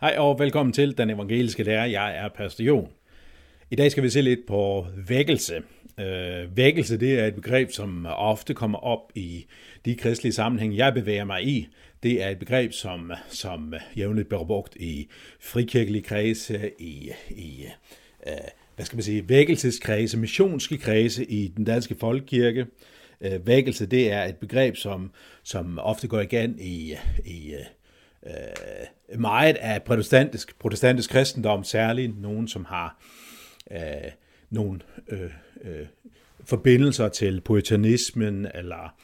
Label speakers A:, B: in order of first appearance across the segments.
A: Hej og velkommen til Den Evangeliske Lærer. Jeg er Pastor Jon. I dag skal vi se lidt på vækkelse. Vækkelse, det er et begreb, som ofte kommer op i de kristelige sammenhæng, jeg bevæger mig i. Det er et begreb, som jævnligt bliver brugt i frikirkelige kredse, i vækkelseskredse, missionske kredse i den danske folkekirke. Vækkelse, det er et begreb, som ofte går igen i meget af protestantisk kristendom, særligt nogen, som har nogle forbindelser til puritanismen eller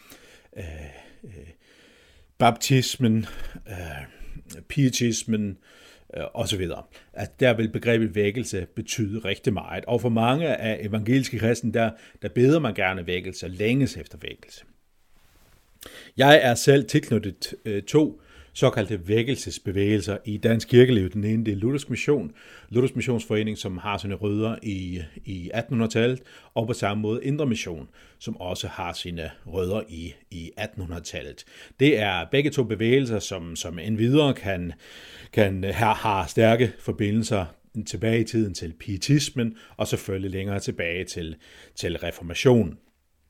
A: baptismen, pietismen osv. At der vil begrebet vækkelse betyde rigtig meget. Og for mange af evangeliske kristne, der beder man gerne vækkelse og længes efter vækkelse. Jeg er selv tilknyttet to såkaldte vækkelsesbevægelser i dansk kirkeliv. Den ene, det er Luthersk Mission, Luthersk Missionsforening, som har sine rødder i 1800-tallet, og på samme måde Indre Mission, som også har sine rødder i 1800-tallet. Det er begge to bevægelser, som endvidere har stærke forbindelser tilbage i tiden til pietismen, og selvfølgelig længere tilbage til reformationen.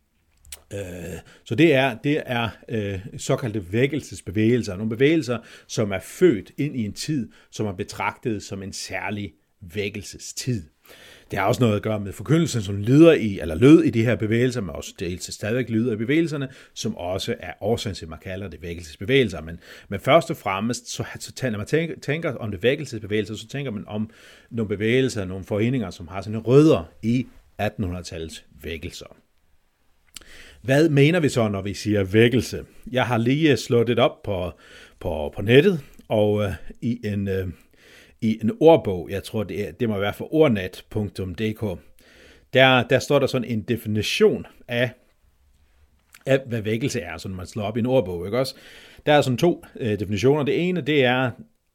A: Så det er såkaldte vækkelsesbevægelser, nogle bevægelser, som er født ind i en tid, som er betragtet som en særlig vækkelsestid. Det har også noget at gøre med forkyndelsen, som lød i de her bevægelser, men også dels stadigvæk lyder i bevægelserne, som også er årsagen til, at man kalder det vækkelsesbevægelser. Men først og fremmest, så når man tænker om det vækkelsesbevægelser, så tænker man om nogle bevægelser, nogle foreninger, som har sine rødder i 1800-tallets vækkelser. Hvad mener vi så, når vi siger vækkelse? Jeg har lige slået det op på nettet, og i en ordbog, jeg tror det må være for ordnet.dk, der står der sådan en definition af hvad vækkelse er, så når man slår op i en ordbog, ikke også? Der er sådan to definitioner. Det ene, det er,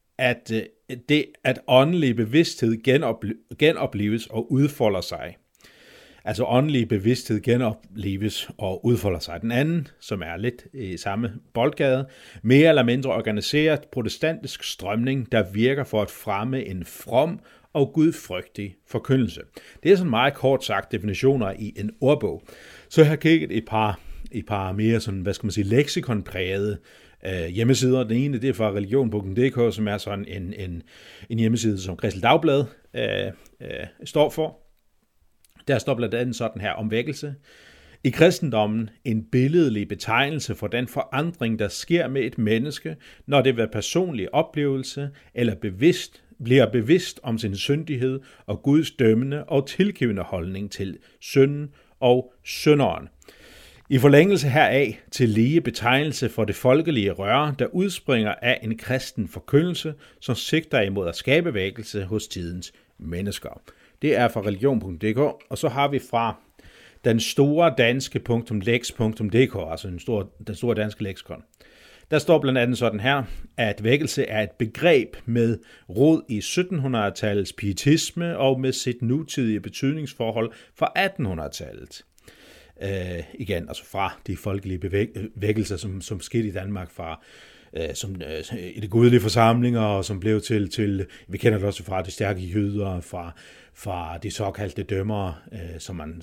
A: at åndelig bevidsthed genoplives og udfolder sig. Altså åndelig bevidsthed genopleves og udfolder sig. Den anden, som er lidt i samme boldgade, mere eller mindre organiseret protestantisk strømning, der virker for at fremme en from og gudfrygtig forkyndelse. Det er sådan meget kort sagt definitioner i en ordbog. Så jeg har kigget et par mere sådan, leksikonprægede hjemmesider. Den ene, det er fra religion.dk, som er sådan en hjemmeside, som Kristeligt Dagblad står for. Der står blandt andet sådan her om vækkelse. I kristendommen en billedlig betegnelse for den forandring, der sker med et menneske, når det ved personlig oplevelse eller bliver bevidst om sin syndighed og Guds dømmende og tilgivende holdning til synden og synderen. I forlængelse heraf til lige betegnelse for det folkelige røre, der udspringer af en kristen forkyndelse, som sigter imod at skabe vækkelse hos tidens mennesker. Det er fra religion.dk, og så har vi fra den store danske.lex.dk, altså den store danske leksikon. Der står blandt andet sådan her, at vækkelse er et begreb med rod i 1700-tallets pietisme og med sit nutidige betydningsforhold fra 1800-tallet. Igen, altså fra de folkelige vækkelser, som skete i Danmark i de gudelige forsamlinger, og som blev til vi kender det også fra de stærke jøder, fra de såkaldte dømmere, som man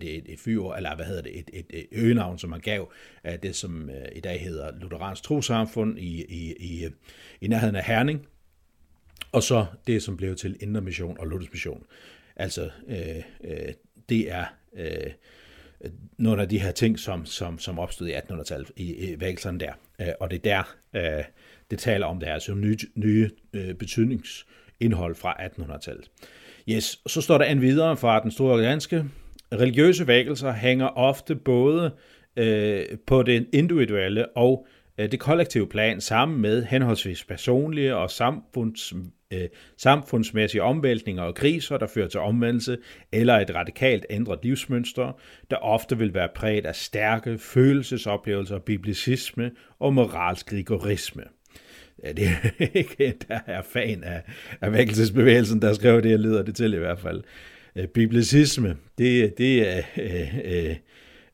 A: et øgenavn, som man gav det, som i dag hedder Lutheransk Trossamfund i nærheden af Herning, og så det, som blev til Indre Mission og Luthersk Mission. Altså, det er nogle af de her ting, som opstod i 1800-tallet i vækkelserne der. Og det er der, det taler om deres nye betydningsindhold fra 1800-tallet. Yes, så står der endvidere fra den store danske. Religiøse vækkelser hænger ofte både på det individuelle og det kollektive plan sammen med henholdsvis personlige og samfundsmæssige omvæltninger og kriser, der fører til omvendelse, eller et radikalt ændret livsmønster, der ofte vil være præget af stærke følelsesoplevelser, biblicisme og moralsk rigorisme. Ja, det er ikke der er fan af vækkelsesbevægelsen, der skrev det, jeg lyder det til i hvert fald. Biblicisme, det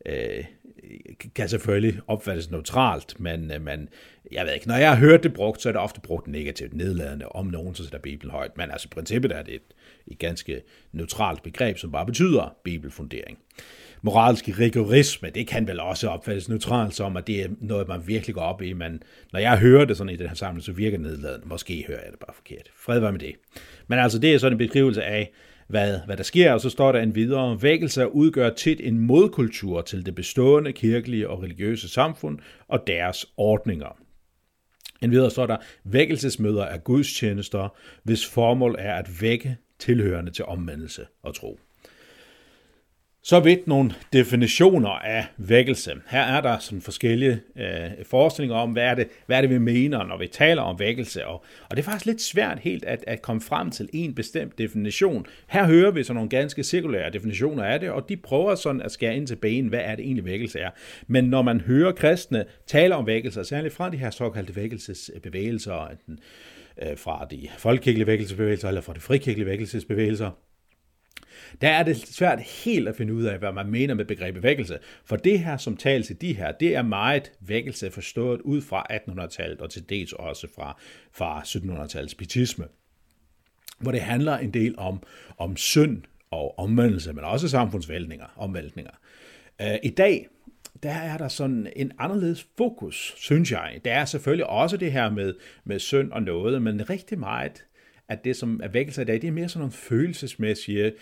A: kan selvfølgelig opfattes neutralt, men jeg ved ikke, når jeg har hørt det brugt, så er det ofte brugt negativt, nedladende om nogen, så sætter Bibelen højt. Men altså i princippet er det et ganske neutralt begreb, som bare betyder bibelfundering. Moralsk rigorisme, det kan vel også opfattes neutralt som, at det er noget, man virkelig går op i, men når jeg hører det sådan i den her samling, så virker det nedladende. Måske hører jeg det bare forkert. Fred være med det. Men altså, det er sådan en beskrivelse af, hvad der sker, og så står der en videre. Vækkelser udgør tit en modkultur til det bestående kirkelige og religiøse samfund og deres ordninger. Endvidere står der, vækkelsesmøder er gudstjenester, hvis formål er at vække tilhørende til omvendelse og tro. Så vidt nogle definitioner af vækkelse. Her er der sådan forskellige forestillinger om, hvad er det, vi mener, når vi taler om vækkelse. Og det er faktisk lidt svært helt at komme frem til en bestemt definition. Her hører vi sådan nogle ganske cirkulære definitioner af det, og de prøver sådan at skære ind til benet, hvad er det egentlig vækkelse er. Men når man hører kristne tale om vækkelse, særligt fra de her såkaldte vækkelsesbevægelser, enten fra de folkekirkelige vækkelsesbevægelser eller fra de frikirkelige vækkelsesbevægelser, der er det svært helt at finde ud af, hvad man mener med begrebet vækkelse. For det her, som tales i de her, det er meget vækkelse forstået ud fra 1800-tallet og til dels også fra 1700-tallets pietisme, hvor det handler en del om synd og omvendelse, men også samfundsomvæltninger. I dag, der er der sådan en anderledes fokus, synes jeg. Der er selvfølgelig også det her med synd og noget, men rigtig meget at det, som er vækkelse i dag, det er mere sådan nogle følelsesmæssige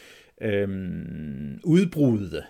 A: udbrud,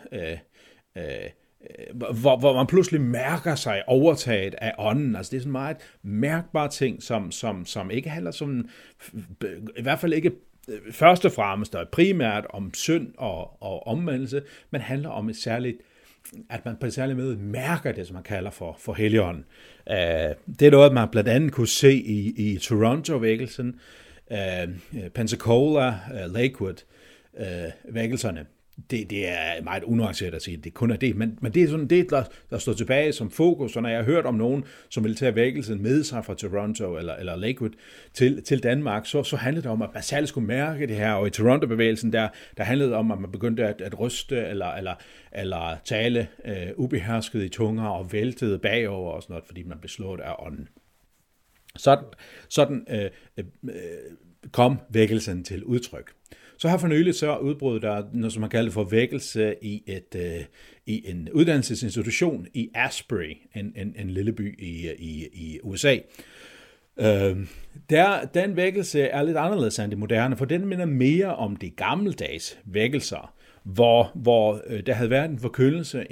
A: hvor man pludselig mærker sig overtaget af ånden. Altså det er sådan meget mærkbare ting, som ikke handler som, i hvert fald ikke først og fremmest og primært om synd og omvendelse, men handler om at man på et særligt måde mærker det, som man kalder for Helligånden. Det er noget, man blandt andet kunne se i Toronto-vækkelsen, Pensacola, Lakewood, vækkelserne. Det er meget unuanceret at sige, det kun er det, men det er sådan det, der står tilbage som fokus, og når jeg har hørt om nogen, som vil tage vækkelsen med sig fra Toronto eller Lakewood til Danmark, så handlede det om, at man særligt skulle mærke det her, og i Toronto-bevægelsen, der handlede det om, at man begyndte at ryste eller tale ubehersket i tunger og væltede bagover og sådan noget, fordi man blev slået af ånden. Sådan kom vækkelsen til udtryk. Så her for nylig så udbrød der noget, som man kalder for vækkelse i en uddannelsesinstitution i Asbury, en lille by i USA. Den vækkelse er lidt anderledes end det moderne, for den minder mere om de gammeldags vækkelser, hvor der havde været en forkyndelse,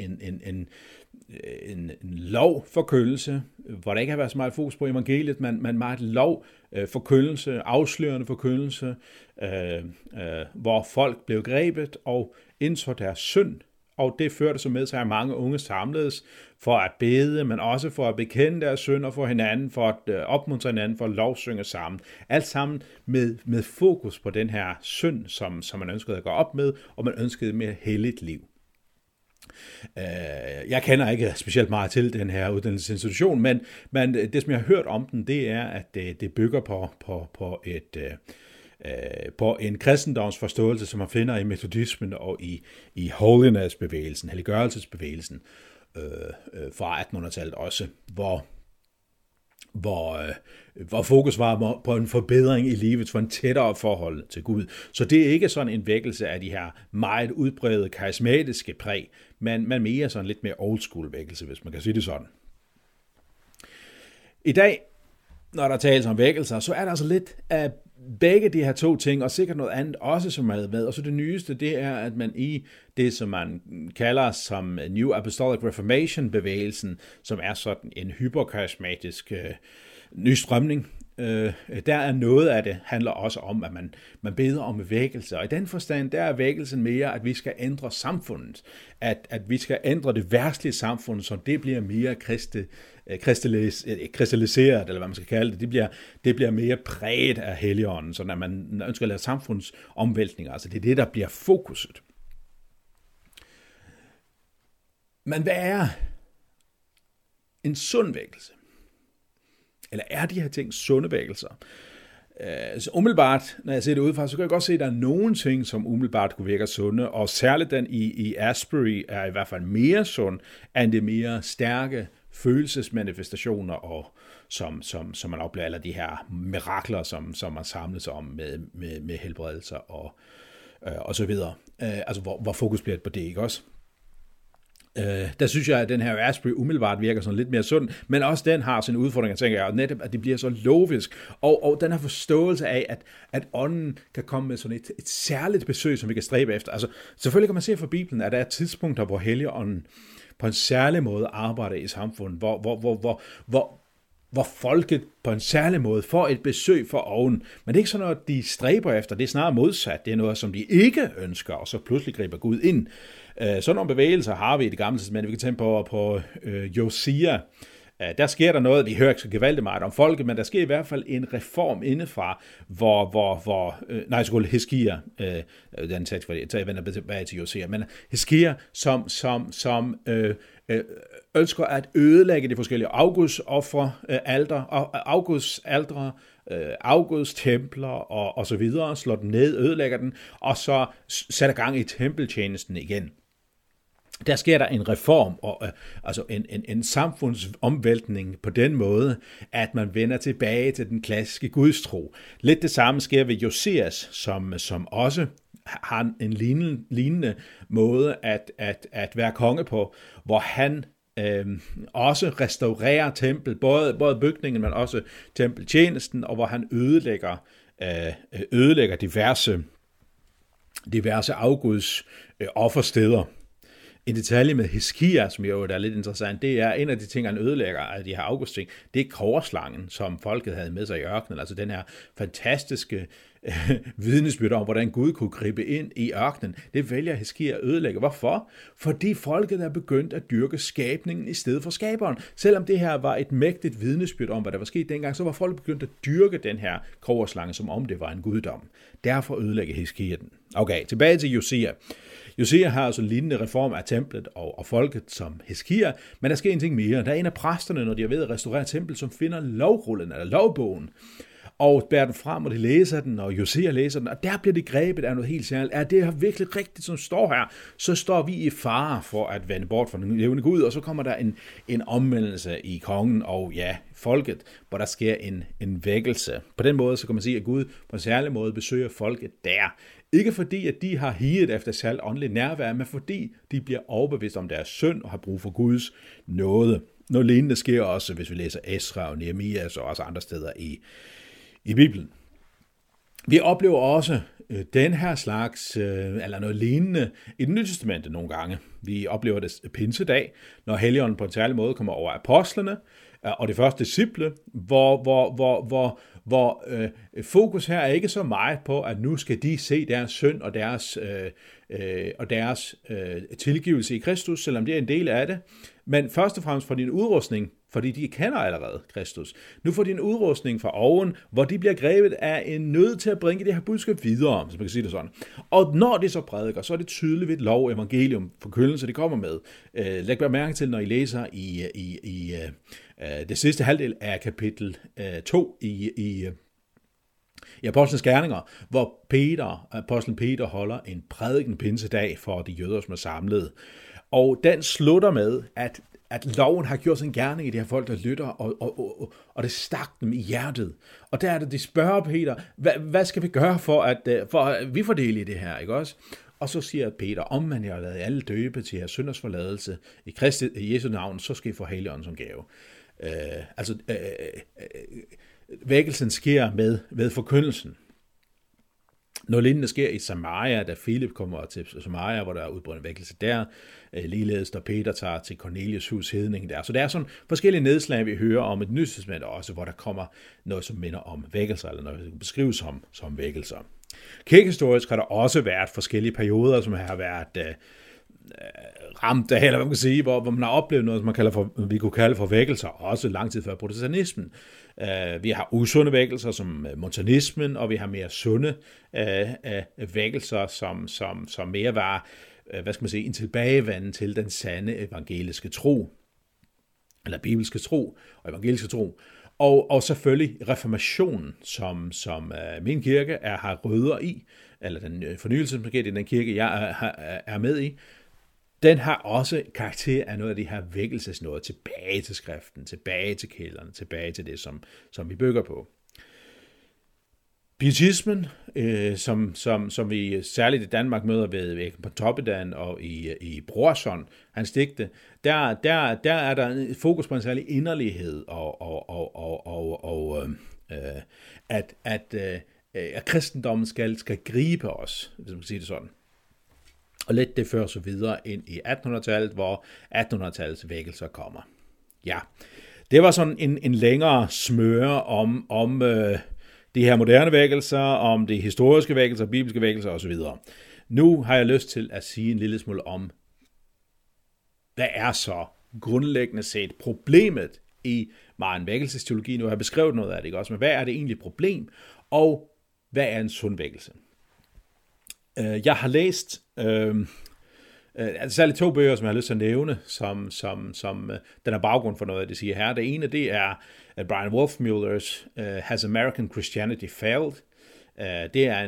A: en lovforkyndelse, hvor der ikke har været så meget fokus på evangeliet, men meget lovforkyndelse, afslørende forkyndelse, hvor folk blev grebet og indså deres synd, og det førte så med sig, at mange unge samledes for at bede, men også for at bekende deres synder for hinanden, for at opmuntre hinanden, for at lovsynge sammen. Alt sammen med fokus på den her synd, som man ønskede at gå op med, og man ønskede et mere helligt liv. Jeg kender ikke specielt meget til den her uddannelsesinstitution, men det, som jeg har hørt om den, det er, at det bygger på en kristendomsforståelse, som man finder i metodismen og i holiness-bevægelsen, helliggørelsesbevægelsen fra 1800-tallet også, hvor fokus var på en forbedring i livet, for en tættere forhold til Gud. Så det er ikke sådan en vækkelse af de her meget udbredte karismatiske præg, men mere sådan lidt mere old school vækkelse, hvis man kan sige det sådan. I dag, når der tales om vækkelser, så er der altså lidt af begge de her to ting, og sikkert noget andet også, som er med. Og så det nyeste, det er, at man i det, som man kalder som New Apostolic Reformation-bevægelsen, som er sådan en hyperkarismatisk ny strømning, der er noget af det, handler også om, at man beder om vækkelse. Og i den forstand, der er vækkelsen mere, at vi skal ændre samfundet. At vi skal ændre det verdslige samfund, så det bliver mere kristalliseret, eller hvad man skal kalde det. Det bliver mere præget af Helligånden, så når man ønsker at lave samfundsomvæltninger. Altså det er det, der bliver fokuset. Men hvad er en sund vækkelse? Eller er de her ting sunde vækkelser? Så umiddelbart, når jeg ser det udefra, så kan jeg godt se, at der er nogle ting, som umiddelbart kunne virke sunde, og særligt den i Asbury er i hvert fald mere sund, end det mere stærke følelsesmanifestationer, og som man oplever, eller de her mirakler, som man samles om med helbredelser og så videre. Altså hvor fokus bliver på det, ikke også? Der synes jeg, at den her Asbury umiddelbart virker sådan lidt mere sund, men også den har sin udfordring, tænker jeg, netop, at det bliver så logisk, og den her forståelse af, at ånden kan komme med sådan et særligt besøg, som vi kan stræbe efter. Altså, selvfølgelig kan man se fra Bibelen, at der er tidspunkter, hvor Helligånden på en særlig måde arbejder i samfundet, hvor folket på en særlig måde får et besøg for oven. Men det er ikke sådan noget, de stræber efter. Det er snarere modsat. Det er noget, som de ikke ønsker, og så pludselig griber Gud ind. Sådan nogle bevægelser har vi i det gamle testament. Vi kan tænke på Josia. Der sker der noget, vi hører ikke så gevaldigt meget om folket, men der sker i hvert fald en reform indefra, hvor Heskia, den tekst, jeg vender tilbage til Josia, men Heskia, som ønsker at ødelægge de forskellige August-ofre, August-aldre, August-templer og så videre, slår den ned, ødelægger den, og så sætter gang i tempeltjenesten igen. Der sker der en reform, altså en samfundsomvæltning på den måde, at man vender tilbage til den klassiske gudstro. Lidt det samme sker ved Josias, som også har en lignende måde at være konge på, hvor han også restaurerer tempel, både bygningen, men også tempeltjenesten, og hvor han ødelægger diverse afguds offersteder. En detalje med Heskia, som jo er lidt interessant, det er en af de ting, han ødelægger af de her augustting, det er korslangen, som folket havde med sig i ørkenen, altså den her fantastiske vidnesbyrd om, hvordan Gud kunne gribe ind i ørkenen. Det vælger Heskia at ødelægge. Hvorfor? Fordi folket er begyndt at dyrke skabningen i stedet for skaberen. Selvom det her var et mægtigt vidnesbyrd om, hvad der var sket dengang, så var folk begyndt at dyrke den her korslange, som om det var en guddom. Derfor ødelægger Heskia den. Okay, tilbage til Josia. Josia har altså en lignende reform af templet og folket som Heskia, men der sker en ting mere. Der er en af præsterne, når de er ved at restaurere templet, som finder lovrullen eller lovbogen, og bærer den frem, og de læser den, og Josia læser den, og der bliver det grebet af noget helt særligt. Er det her virkelig rigtigt, som står her, så står vi i fare for at vende bort fra den levende Gud, og så kommer der en omvendelse i kongen og folket, hvor der sker en vækkelse. På den måde, så kan man sige, at Gud på en særlig måde besøger folket der. Ikke fordi, at de har higet efter særligt åndeligt nærvær, men fordi de bliver overbevist om deres synd og har brug for Guds nåde. Noget lignende sker også, hvis vi læser Esra og Nehemias og også andre steder i Bibelen. Vi oplever også den her slags, eller noget lignende, i det Nye Testamente nogle gange. Vi oplever det pinsedag, når Helligånden på en særlig måde kommer over apostlene, og det første disciple, hvor fokus her er ikke så meget på, at nu skal de se deres synd og deres tilgivelse i Kristus, selvom det er en del af det, men først og fremmest for din udrustning, fordi de kender allerede Kristus. Nu får de en udrustning fra oven, hvor de bliver grebet af en nød til at bringe det her budskab videre, hvis man kan sige det sådan. Og når de så prædiker, så er det tydeligt et lov, evangelium, forkyndelse, det kommer med. Læg bare mærke til, når I læser i det sidste halvdel af kapitel 2 i Apostlenes Gerninger, hvor apostlen Peter holder en prædiken pinsedag for de jøder, som er samlet. Og den slutter med, at loven har gjort sin gerning i de her folk, der lytter, og det stak dem i hjertet. Og der er det, de spørger Peter, hvad skal vi gøre for at vi får del i det her, ikke også? Og så siger Peter, om man har lavet alle døbe til jeres synders forladelse i Jesu navn, så skal I få Helligånden som gave. Vækkelsen sker med forkyndelsen. Noget lignende sker i Samaria, da Filip kommer til Samaria, hvor der er udbrudt vækkelse der. Ligeledes, da Peter tager til Cornelius hus hedning der. Så der er sådan forskellige nedslag, vi hører om et Nyt Testament også, hvor der kommer noget, som minder om vækkelser, eller noget, som beskrives som vækkelser. Kirkehistorisk har der også været forskellige perioder, som har været ramt af, eller hvad man kan sige, hvor man har oplevet noget, som vi kunne kalde for vækkelser, også lang tid før protestantismen. Vi har usunde vækkelser som montanismen, og vi har mere sunde vækkelser, som mere var, en tilbagevenden til den sande evangeliske tro, eller bibelske tro og evangeliske tro. Og selvfølgelig reformationen, som min kirke har rødder i, eller den fornyelse, som sker i den kirke, jeg er med i, den har også karakter af noget af det her vækkelsesnået, tilbage til skriften, tilbage til kælderne, tilbage til det, som vi bygger på. Pietismen, som vi særligt i Danmark møder ved Pontoppidan og i Brorson, hans digte, der er der fokus på en særlig inderlighed og at kristendommen skal gribe os, hvis man kan sige det sådan. Og lidt det fører så videre ind i 1800-tallet, hvor 1800-tallets vækkelser kommer. Ja, det var sådan en længere smøre om de her moderne vækkelser, om de historiske vækkelser, bibelske vækkelser osv. Nu har jeg lyst til at sige en lille smule om, hvad er så grundlæggende set problemet i meget vækkelsesteologi. Nu har jeg beskrevet noget af det, ikke også? Men hvad er det egentlig problem, og hvad er en sund vækkelse? Jeg har læst særligt 2 bøger, som jeg har lyst til at nævne, som den er baggrund for noget af det, siger her. Det ene, det er Brian Wolfmullers Has American Christianity Failed? Det er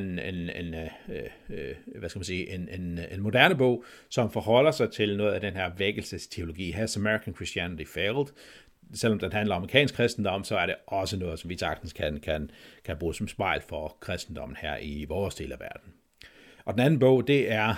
A: en moderne bog, som forholder sig til noget af den her vækkelsesteologi. Has American Christianity Failed? Selvom den handler om amerikansk kristendom, så er det også noget, som vi sagtens kan bruge som spejl for kristendommen her i vores del af verden. Og den anden bog, det er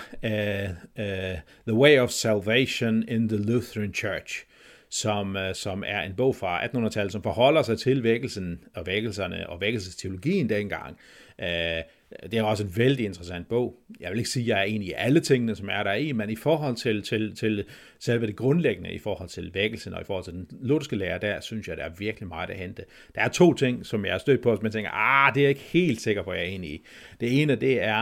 A: The Way of Salvation in the Lutheran Church, som er en bog fra 1800-tallet, som forholder sig til vækkelsen og vækkelserne og vækkelsesteologien dengang. Det er også en vældig interessant bog. Jeg vil ikke sige, at jeg er enig i alle tingene, som er der i, men i forhold til selve det grundlæggende, i forhold til vækkelsen og i forhold til den lutherske lære, der synes jeg, der er virkelig meget at hente. Der er 2 ting, som jeg er stødt på, som jeg tænker, det er jeg ikke helt sikker på, at jeg er enig i. Det ene, det er,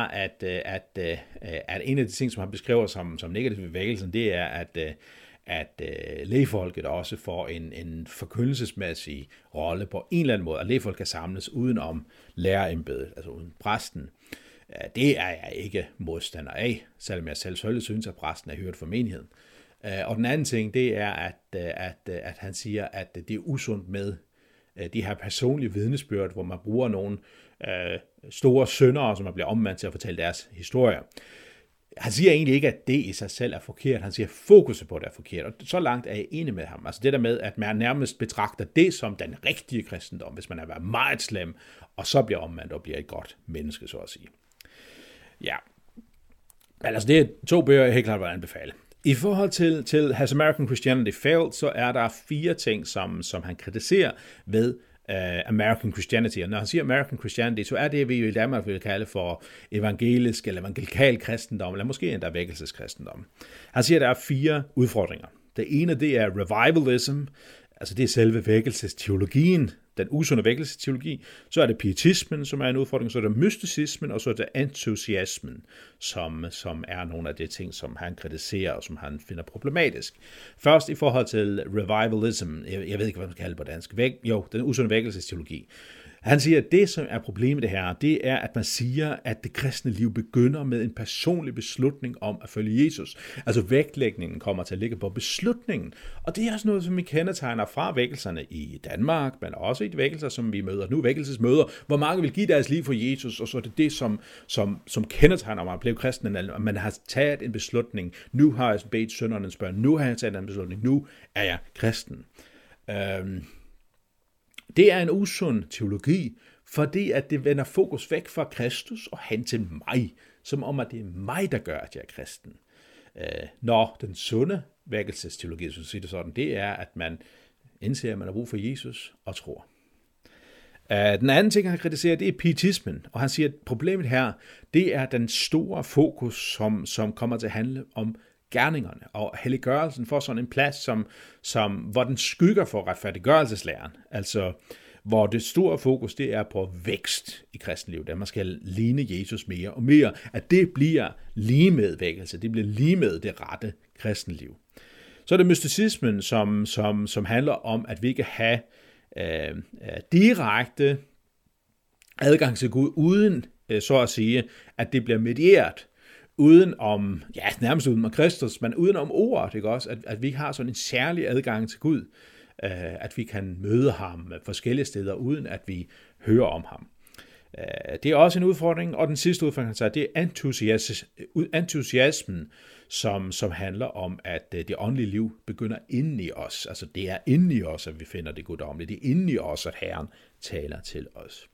A: at en af de ting, som han beskriver som negativt ved vækkelsen, det er, at lægefolket også får en forkyndelsesmæssig rolle på en eller anden måde, at lægefolk kan samles udenom lærerembedet, altså uden præsten. Det er jeg ikke modstander af, selvom jeg selvfølgelig synes, at præsten er hørt for menigheden. Og den anden ting, det er, at han siger, at det er usundt med de her personlige vidnesbyrd, hvor man bruger nogle store syndere, som man bliver omvendt til at fortælle deres historier. Han siger egentlig ikke, at det i sig selv er forkert. Han siger, at fokuset på det er forkert. Og så langt er jeg enig med ham. Altså det der med, at man nærmest betragter det som den rigtige kristendom, hvis man er været meget slem, og så bliver omvendt og bliver et godt menneske, så at sige. Ja, altså det er 2 bøger, jeg helt klart vil anbefale. I forhold til Has American Christianity Failed, så er der 4 ting, som han kritiserer ved American Christianity. Og når han siger American Christianity, så er det, vi i Danmark vil kalde for evangelisk eller evangelikal kristendom, eller måske endda vækkelseskristendom. Han siger, at der er 4 udfordringer. Det ene, det er revivalism, altså det er selve vækkelsesteologien, den usunde vækkelsesteologi. Så er det pietismen, som er en udfordring, så er det mysticismen, og så er det entusiasmen, som er nogle af de ting, som han kritiserer, og som han finder problematisk. Først i forhold til revivalism, jeg ved ikke, hvad man skal kalde det på dansk, den usunde vækkelsesteologi. Han siger, at det, som er problemet det her, det er, at man siger, at det kristne liv begynder med en personlig beslutning om at følge Jesus. Altså vægtlægningen kommer til at ligge på beslutningen. Og det er også noget, som vi kendetegner fra vækkelserne i Danmark, men også i de vækkelser, som vi møder nu, vækkelsesmøder, hvor mange vil give deres liv for Jesus, og så er det det, som kendetegner mig at blive kristen, at man har taget en beslutning. Nu har jeg bedt søndernes børn, nu har jeg taget en beslutning, nu er jeg kristen. Det er en usund teologi, fordi at det vender fokus væk fra Kristus og hen til mig, som om at det er mig, der gør, at jeg er kristen. Når den sunde vækkelsesteologi, så siger det sådan, det er, at man indser, at man har brug for Jesus og tror. Den anden ting, han kritiserer, det er pietismen, og han siger, at problemet her, det er den store fokus, som kommer til at handle om gerningerne, og helliggørelsen får sådan en plads, hvor den skygger for retfærdiggørelseslæren, altså hvor det store fokus, det er på vækst i kristenlivet, der man skal ligne Jesus mere og mere, at det bliver lige med vækkelse, det bliver lige med det rette kristenliv. Så er det mysticismen, som handler om, at vi kan have direkte adgang til Gud, uden så at sige, at det bliver medieret, nærmest uden om Kristus, men uden om ordet, ikke også? At vi har sådan en særlig adgang til Gud. at vi kan møde ham forskellige steder, uden at vi hører om ham. Det er også en udfordring, og den sidste udfordring, det er entusiasmen, som handler om, at det åndelige liv begynder inde i os. Altså det er inde i os, at vi finder det guddommelige. Det er inde i os, at Herren taler til os.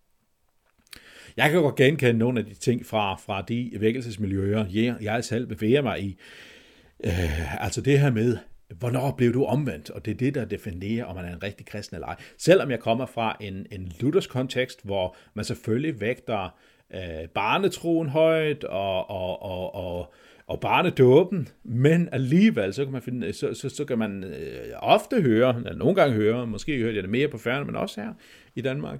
A: Jeg kan godt genkende nogle af de ting fra de vækkelsesmiljøer, jeg selv bevæger mig i. Altså det her med, hvornår blev du omvendt? Og det er det, der definerer, om man er en rigtig kristen eller ej. Selvom jeg kommer fra en luthersk kontekst, hvor man selvfølgelig vægter barnetroen højt og barnedåben, men alligevel så kan man ofte høre, eller nogle gange høre, måske hørte jeg det mere på Færøerne, men også her i Danmark,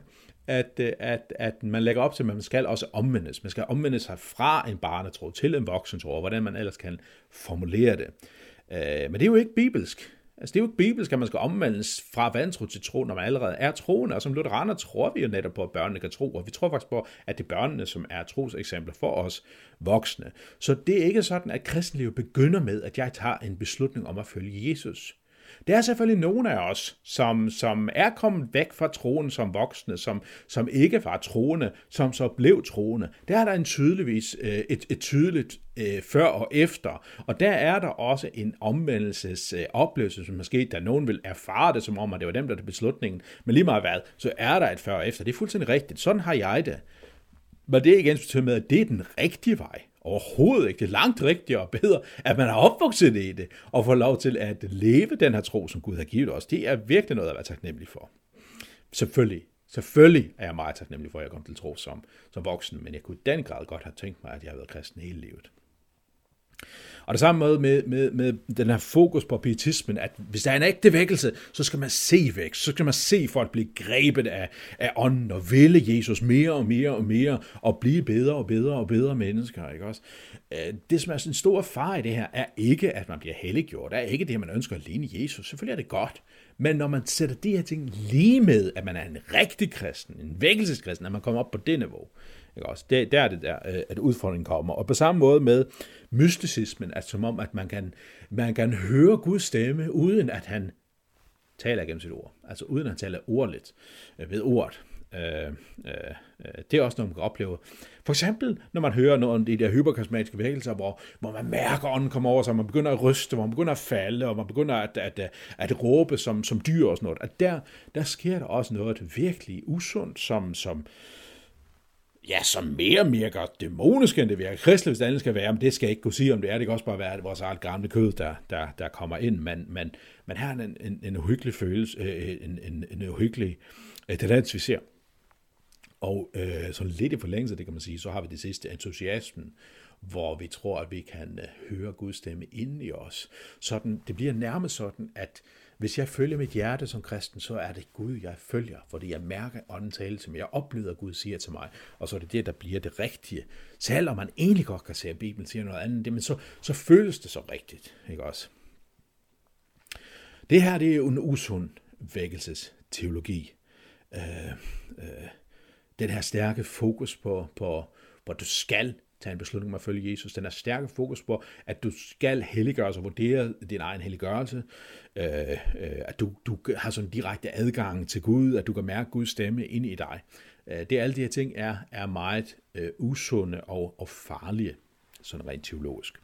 A: at man lægger op til, at man skal også omvendes. Man skal omvende sig fra en barnetro til en voksentro, og hvordan man ellers kan formulere det. Men det er jo ikke bibelsk. Altså det er jo ikke bibelsk, at man skal omvendes fra vantro til tro, når man allerede er troende. Og som lutheraner tror vi jo netop på, at børnene kan tro, og vi tror faktisk på, at det er børnene, som er troseksempler for os voksne. Så det er ikke sådan, at kristenlivet begynder med, at jeg tager en beslutning om at følge Jesus. Det er selvfølgelig nogle af os, som er kommet væk fra troen som voksne, som ikke var troende, som så blev troende. Der er der et tydeligt før og efter, og der er der også en omvendelsesoplevelse, som måske, da nogen vil erfare det, som om, at det var dem, der tog beslutningen, men lige meget hvad, så er der et før og efter. Det er fuldstændig rigtigt. Sådan har jeg det. Men det er ikke ensbetydende med, at det er den rigtige vej. Overhovedet ikke. Det er langt rigtigere og bedre, at man er opvokset i det, og får lov til at leve den her tro, som Gud har givet os. Det er virkelig noget at være taknemmelig for. Selvfølgelig er jeg meget taknemmelig for, at jeg kom til tro som voksen, men jeg kunne i den grad godt have tænkt mig, at jeg har været kristen hele livet. Og det samme måde med den her fokus på pietismen, at hvis der er en ægte vækkelse, så skal man se væk, så skal man se folk blive grebet af ånden og ville Jesus mere og mere og mere, og blive bedre og bedre og bedre mennesker, ikke også? Det, som er sådan en stor fare i det her, er ikke, at man bliver helliggjort, det er ikke det, man ønsker at ligne Jesus. Selvfølgelig er det godt, men når man sætter de her ting lige med, at man er en rigtig kristen, en vækkelseskristen, at man kommer op på det niveau, ikke også? Der er det der, at udfordringen kommer. Og på samme måde med mysticismen, at som om, at man kan høre Guds stemme, uden at han taler gennem sit ord. Altså uden at han taler ordligt ved ordet. Det er også noget, man kan opleve. For eksempel, når man hører noget om de der hyperkarismatiske vækkelser, hvor man mærker ånden komme over sig, man begynder at ryste, hvor man begynder at falde, og man begynder at råbe som dyr og sådan noget. At der sker der også noget virkelig usundt, som mere og mere gør dæmonisk, end det virker kristeligt, hvis det andet skal være, men det skal jeg ikke kunne sige, om det er. Det kan også bare være vores eget gamle kød, der kommer ind, men her er en uhyggelig følelse, en uhyggelig tendens, vi ser. Og sådan lidt i forlængelse, det kan man sige, så har vi det sidste, entusiasmen, hvor vi tror, at vi kan høre Guds stemme inde i os. Sådan, det bliver nærmest sådan, at hvis jeg følger mit hjerte som kristen, så er det Gud, jeg følger, fordi jeg mærker ånden tale til mig. Jeg oplever, at Gud siger til mig, og så er det det, der bliver det rigtige. Selvom man egentlig godt kan se, at Bibelen siger noget andet, men så føles det så rigtigt, ikke også? Det her, det er jo en usund vækkelsesteologi. Den her stærke fokus på du skal tage en beslutning om at følge Jesus. Den er stærke fokus på, at du skal helliggøre og vurdere din egen helliggørelse. At du har sådan direkte adgang til Gud, at du kan mærke Guds stemme inde i dig. Det alle de her ting er meget usunde og farlige, sådan rent teologisk.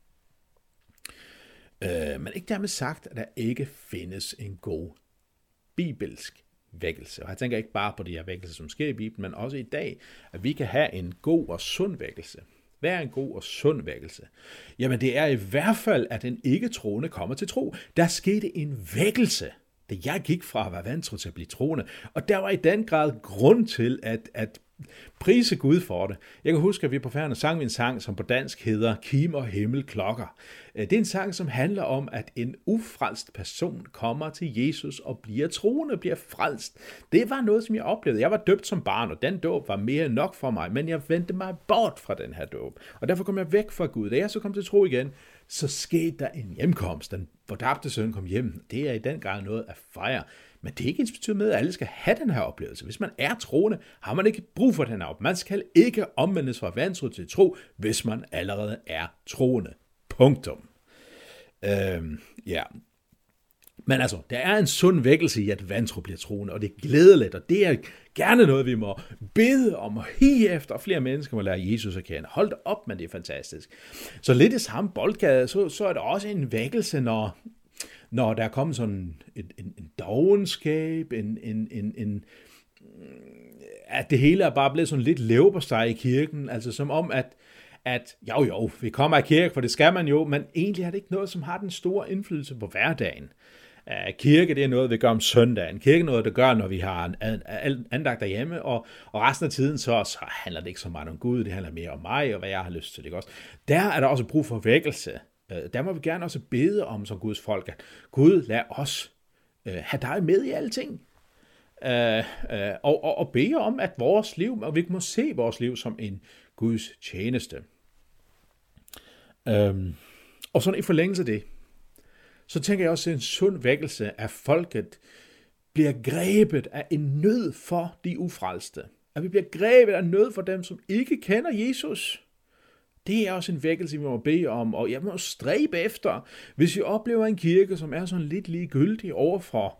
A: Men ikke dermed sagt, at der ikke findes en god bibelsk vækkelse. Og jeg tænker ikke bare på de her vækkelser, som sker i Bibelen, men også i dag, at vi kan have en god og sund vækkelse. Hvad er en god og sund vækkelse? Jamen det er i hvert fald, at en ikke-troende kommer til tro. Der skete en vækkelse, da jeg gik fra at være vantro til at blive troende. Og der var i den grad grund til at prise Gud for det. Jeg kan huske, at vi på Færøerne sang en sang, som på dansk hedder Kim og himmel klokker. Det er en sang, som handler om, at en ufrelst person kommer til Jesus og bliver troende, bliver frelst. Det var noget, som jeg oplevede. Jeg var døbt som barn, og den dåb var mere end nok for mig, men jeg vendte mig bort fra den her dåb. Og derfor kom jeg væk fra Gud. Da jeg så kom til tro igen, så skete der en hjemkomst. Den fortabte søn kom hjem. Det er i den grad noget at fejre. Men det er ikke ensbetydende med, at alle skal have den her oplevelse. Hvis man er troende, har man ikke brug for den her oplevelse. Man skal ikke omvendes fra vantro til tro, hvis man allerede er troende. Punktum. Men altså, der er en sund vækkelse i, at vantro bliver troende, og det er glædeligt, og det er gerne noget, vi må bede om og hige efter, og flere mennesker må lære Jesus at kende. Hold det op, men det er fantastisk. Så lidt i samme boldgade, så er der også en vækkelse, når der er kommet sådan en dovenskab, at det hele er bare blevet sådan lidt leverpostej i kirken, altså som om, at jo, vi kommer i kirke, for det skal man jo, men egentlig er det ikke noget, som har den store indflydelse på hverdagen. Kirke, det er noget, vi gør om søndagen. Kirke er noget, det gør, når vi har en andagt derhjemme, og resten af tiden, så handler det ikke så meget om Gud, det handler mere om mig, og hvad jeg har lyst til, ikke også? Der er der også brug for vækkelse. Der må vi gerne også bede om som Guds folk, at Gud, lad os have dig med i alting. Og bede om, at vores liv, og vi må se vores liv som en Guds tjeneste. Og sådan i forlængelse af det, så tænker jeg også, at en sund vækkelse af folket bliver grebet af en nød for de ufrelste. At vi bliver grebet af nød for dem, som ikke kender Jesus. Det er også en vækkelse, vi må bede om, og jeg må stræbe efter, hvis vi oplever en kirke, som er sådan lidt ligegyldig overfor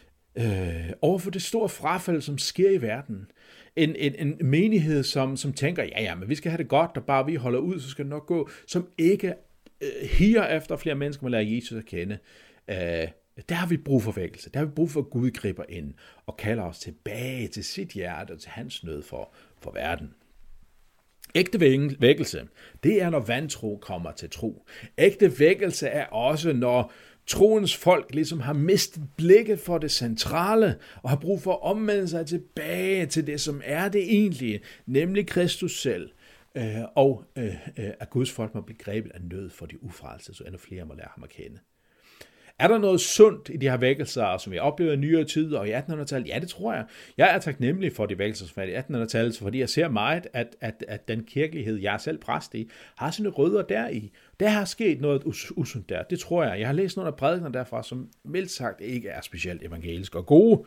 A: det store frafald, som sker i verden. En menighed, som tænker, ja, men vi skal have det godt, og bare vi holder ud, så skal det nok gå, som ikke higer efter flere mennesker må lære Jesus at kende. Der har vi brug for vækkelse. Der har vi brug for, at Gud griber ind og kalder os tilbage til sit hjerte og til hans nød for verden. Ægte vækkelse, det er, når vantro kommer til tro. Ægte vækkelse er også, når troens folk ligesom har mistet blikket for det centrale, og har brug for at omvende sig tilbage til det, som er det egentlige, nemlig Kristus selv. Og at Guds folk må blive grebet af nød for de ufrelste, så endnu flere må lære ham at kende. Er der noget sundt i de her vækkelser, som vi oplever i nyere tid og i 1800-tallet? Ja, det tror jeg. Jeg er taknemmelig for de vækkelser, som er i 1800-tallet, fordi jeg ser meget, at den kirkelighed, jeg er selv præst i, har sine rødder deri. Der har sket noget usundt der. Det tror jeg. Jeg har læst nogle af prædikener derfra, som mildt sagt ikke er specielt evangelisk og gode.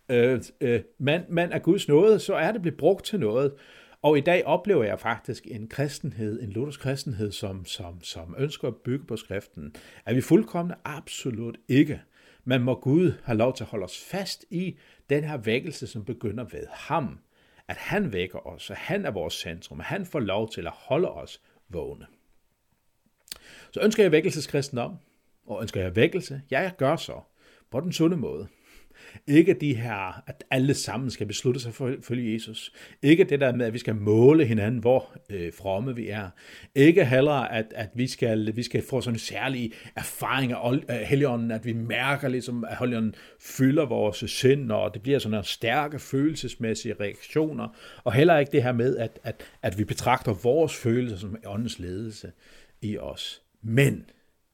A: Men af Guds nåde, så er det blevet brugt til noget. Og i dag oplever jeg faktisk en kristenhed, en luthersk kristenhed, som ønsker at bygge på skriften. Er vi fuldkomne? Absolut ikke. Men må Gud have lov til at holde os fast i den her vækkelse, som begynder ved ham. At han vækker os, at han er vores centrum, at han får lov til at holde os vågne. Så ønsker jeg vækkelseskristendom, og ønsker jeg vækkelse? Ja, jeg gør så. På den sunde måde. Ikke de her, at alle sammen skal beslutte sig for at følge Jesus. Ikke det der med, at vi skal måle hinanden, hvor fromme vi er. Ikke heller, at vi skal få sådan en særlig erfaring af Helligånden, at vi mærker ligesom, at Helligånden fylder vores sind, og det bliver sådan nogle stærke følelsesmæssige reaktioner. Og heller ikke det her med, at vi betragter vores følelser som åndens ledelse i os. Men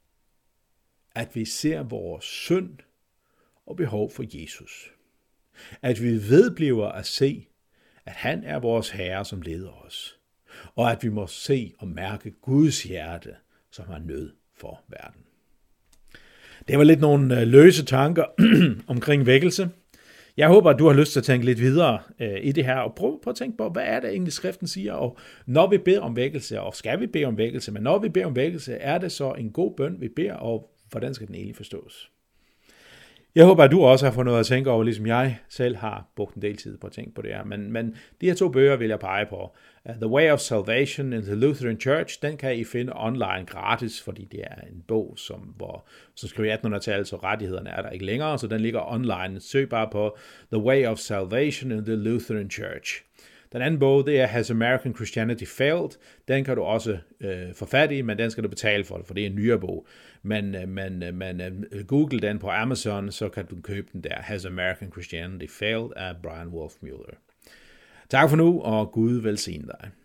A: at vi ser vores synd og behov for Jesus. At vi vedbliver at se, at han er vores Herre, som leder os. Og at vi må se og mærke Guds hjerte, som har nød for verden. Det var lidt nogle løse tanker omkring vækkelse. Jeg håber, at du har lyst til at tænke lidt videre i det her, og prøv at tænke på, hvad er det egentlig, skriften siger, og når vi beder om vækkelse, og skal vi bede om vækkelse, men når vi beder om vækkelse, er det så en god bøn, vi beder, og hvordan skal den egentlig forstås? Jeg håber, at du også har fået noget at tænke over, ligesom jeg selv har brugt en del tid på at tænke på det her. Men de her 2 bøger vil jeg pege på. The Way of Salvation in the Lutheran Church, den kan I finde online gratis, fordi det er en bog, som skriver i 1800-tallet, så rettighederne er der ikke længere, så den ligger online. Søg bare på The Way of Salvation in the Lutheran Church. Den anden bog, det er Has American Christianity Failed? Den kan du også få fat i, men den skal du betale for det er en nyere bog. Men Google den på Amazon, så kan du købe den der, Has American Christianity Failed af Brian Wolfmueller. Tak for nu, og Gud velsigne dig.